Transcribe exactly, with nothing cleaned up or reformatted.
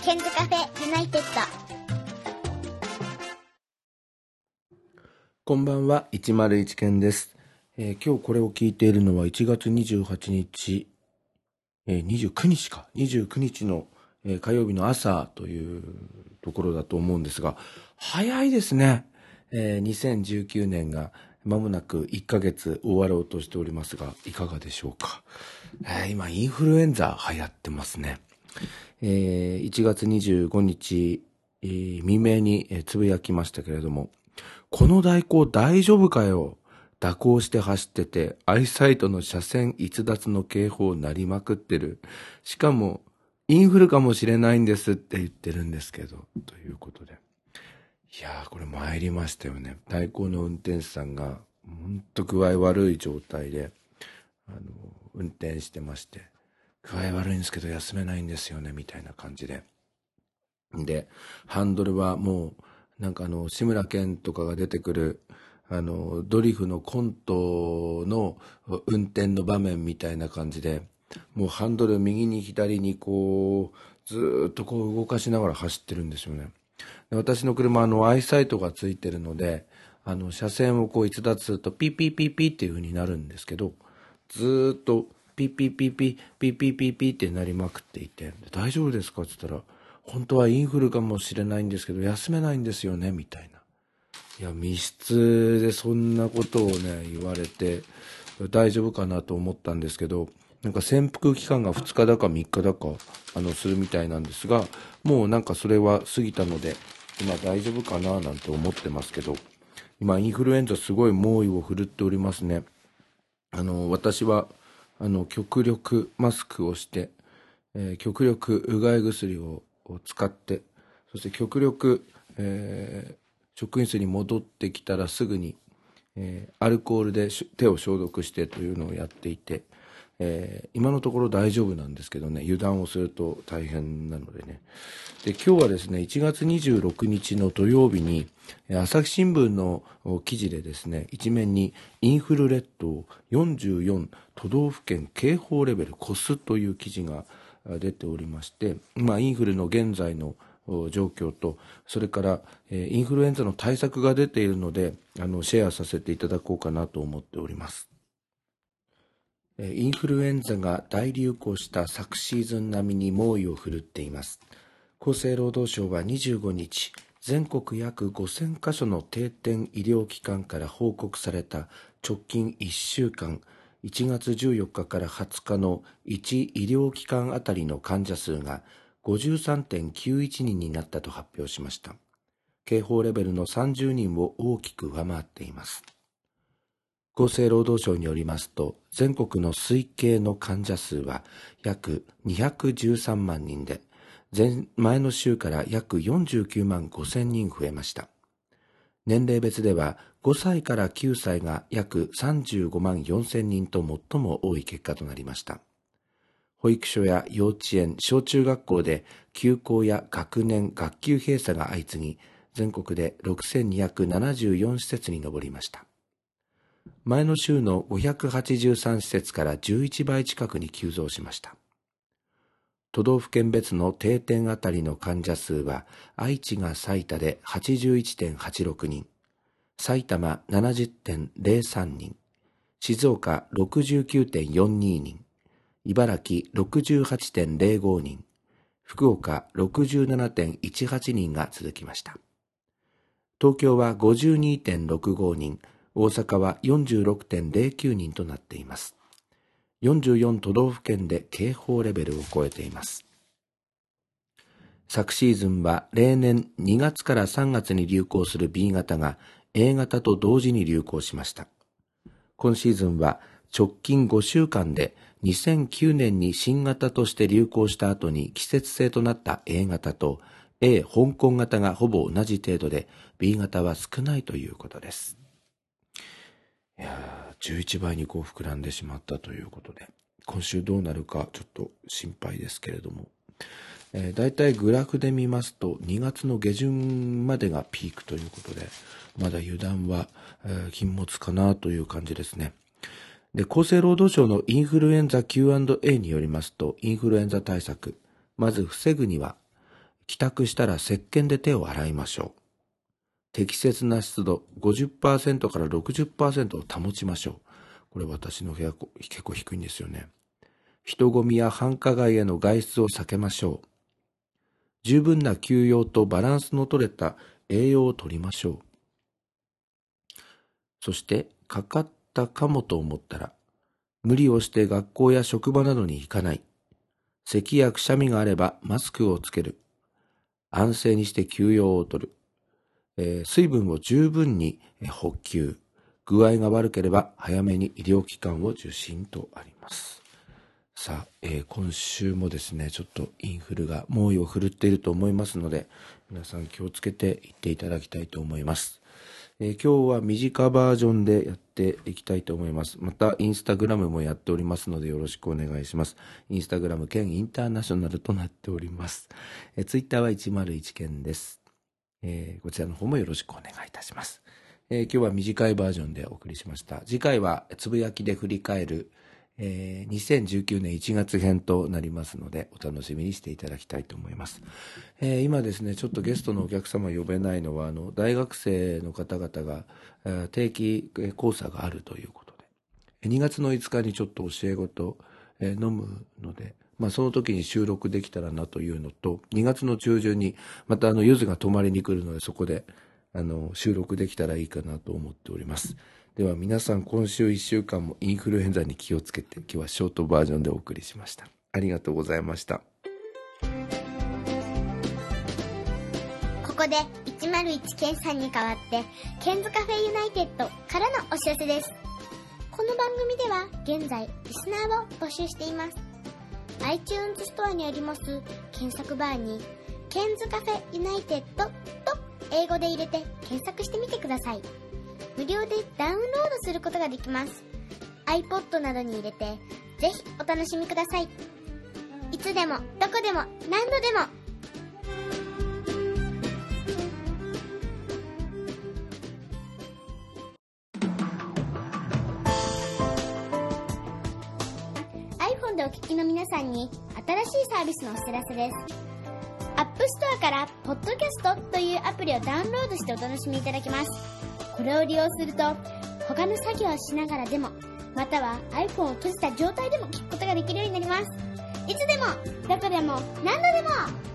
ケンズカフェユナイテッド。 こんばんは、いちまるいちケンです、えー。今日これを聞いているのはいちがつにじゅうはちにち、えー、にじゅうくにちか、にじゅうくにちの、えー、火曜日の朝というところだと思うんですが、早いですね。えー、にせんじゅうきゅうねんが間もなくいっかげつ終わろうとしておりますが、いかがでしょうか。えー、今、インフルエンザ流行ってますね。えー、いちがつにじゅうごにち、えー、未明に、えー、つぶやきましたけれども、この代行大丈夫かよ。蛇行して走ってて、アイサイトの車線逸脱の警報鳴りまくってる。しかも、インフルかもしれないんですって言ってるんですけど、ということで。いやー、これ参りましたよね。代行の運転手さんが、ほんと具合悪い状態で、あの、運転してまして、具合悪いんですけど休めないんですよね、みたいな感じで。で、ハンドルはもう、なんかあの、志村けんとかが出てくる、あの、ドリフのコントの運転の場面みたいな感じで、もうハンドル右に左にこう、ずーっとこう動かしながら走ってるんですよね。で、私の車、あの、アイサイトがついてるので、あの、車線をこう逸脱するとピーピーピーピーっていう風になるんですけど、ずーっとピーピーピーピー、ピーピーピーピーってなりまくっていて、大丈夫ですかって言ったら、本当はインフルかもしれないんですけど、休めないんですよね、みたいな。いや、密室でそんなことをね、言われて、大丈夫かなと思ったんですけど、なんか潜伏期間がふつかだかみっかだか、あの、するみたいなんですが、もうなんかそれは過ぎたので、今大丈夫かななんて思ってますけど、今インフルエンザすごい猛威を振るっておりますね。あの、私は、あの、極力マスクをして、えー、極力うがい薬を使って、そして極力、えー、職員室に戻ってきたらすぐに、えー、アルコールで手を消毒してというのをやっていて、えー、今のところ大丈夫なんですけどね、油断をすると大変なのでね。で、今日はですね、いちがつにじゅうろくにちの土曜日に、朝日新聞の記事でですね、一面にインフル列島よんじゅうよん都道府県警報レベル越すという記事が出ておりまして、まあ、インフルの現在の状況と、それから、えー、インフルエンザの対策が出ているので、あの、シェアさせていただこうかなと思っております。インフルエンザが大流行した昨シーズン並みに猛威を振るっています。厚生労働省はにじゅうごにち、全国約ごせんかしょの定点医療機関から報告された直近いっしゅうかん、いちがつじゅうよっかからはつかのいち医療機関あたりの患者数が ごじゅうさんてんきゅういちにんになったと発表しました。警報レベルのさんじゅうにんを大きく上回っています。厚生労働省によりますと、全国の推計の患者数は約にひゃくじゅうさんまんにんで、前、前の週から約よんじゅうきゅうまんごせんにん増えました。年齢別ではごさいからきゅうさいが約さんじゅうごまんよんせんにんと最も多い結果となりました。保育所や幼稚園、小中学校で休校や学年、学級閉鎖が相次ぎ、全国でろくせんにひゃくななじゅうよんしせつに上りました。前の週のごひゃくはちじゅうさんしせつからじゅういちばい近くに急増しました。都道府県別の定点あたりの患者数は、愛知が最多で はちじゅういってんはちろくにん、埼玉 ななじゅってんぜろさんにん、静岡 ろくじゅうきゅうてんよんににん、茨城 ろくじゅうはちてんぜろごにん、福岡 ろくじゅうななてんいちはちにんが続きました。東京は ごじゅうにてんろくごにん、大阪は よんじゅうろくてんぜろきゅうにんとなっています。よんじゅうよん都道府県で警報レベルを超えています。昨シーズンは例年にがつからさんがつに流行する ビー 型が エー 型と同時に流行しました。今シーズンは直近ごしゅうかんでにせんきゅうねんに新型として流行した後に季節性となった エー 型と A 香港型がほぼ同じ程度で ビー 型は少ないということです。いやー、じゅういちばいにこう膨らんでしまったということで、今週どうなるかちょっと心配ですけれども、えー、だいたいグラフで見ますとにがつの下旬までがピークということで、まだ油断は、えー、禁物かなという感じですね。で、厚生労働省のインフルエンザ キューアンドエー によりますと、インフルエンザ対策、まず防ぐには、 帰宅したら石鹸で手を洗いましょう。適切な湿度 ごじゅっパーセント から ろくじゅっパーセント を保ちましょう。これ私の部屋結構低いんですよね。人混みや繁華街への外出を避けましょう。十分な休養とバランスの取れた栄養をとりましょう。そしてかかったかもと思ったら、無理をして学校や職場などに行かない。咳やくしゃみがあればマスクをつける。安静にして休養をとる。えー、水分を十分に補給。具合が悪ければ早めに医療機関を受診とあります。さあ、えー、今週もですね、ちょっとインフルが猛威を振るっていると思いますので、皆さん気をつけていっていただきたいと思います。えー、今日は短バージョンでやっていきたいと思います。またインスタグラムもやっておりますのでよろしくお願いします。インスタグラム兼インターナショナルとなっております。えー、ツイッターはいちまるいち兼です。えー、こちらの方もよろしくお願いいたします。えー、今日は短いバージョンでお送りしました。次回はつぶやきで振り返る、えー、にせんじゅうきゅうねんいちがつ編となりますのでお楽しみにしていただきたいと思います。えー、今ですね、ちょっとゲストのお客様呼べないのはあの大学生の方々が、えー、定期講座があるということで、にがつのいつかにちょっと教え事、えー、飲むので、まあ、その時に収録できたらなというのと、にがつの中旬にまたあのゆずが泊まりに来るので、そこであの収録できたらいいかなと思っております。では皆さん、今週いっしゅうかんもインフルエンザに気をつけて、今日はショートバージョンでお送りしました。ありがとうございました。 ここでいちまるいちケンさんに代わってケンズカフェユナイテッドからのお知らせです。この番組では現在リスナーを募集しています。 iTunes ストアにあります検索バーにケンズカフェユナイテッドと英語で入れて検索してみてください。無料でダウンロードすることができます。 iPod などに入れてぜひお楽しみください。いつでもどこでも何度でもiPhone でお聞きの皆さんに新しいサービスのお知らせです。App Store からポッドキャストというアプリをダウンロードしてお楽しみいただけます。これを利用すると他の作業をしながらでも、または iPhone を閉じた状態でも聞くことができるようになります。いつでもどこでも何度でも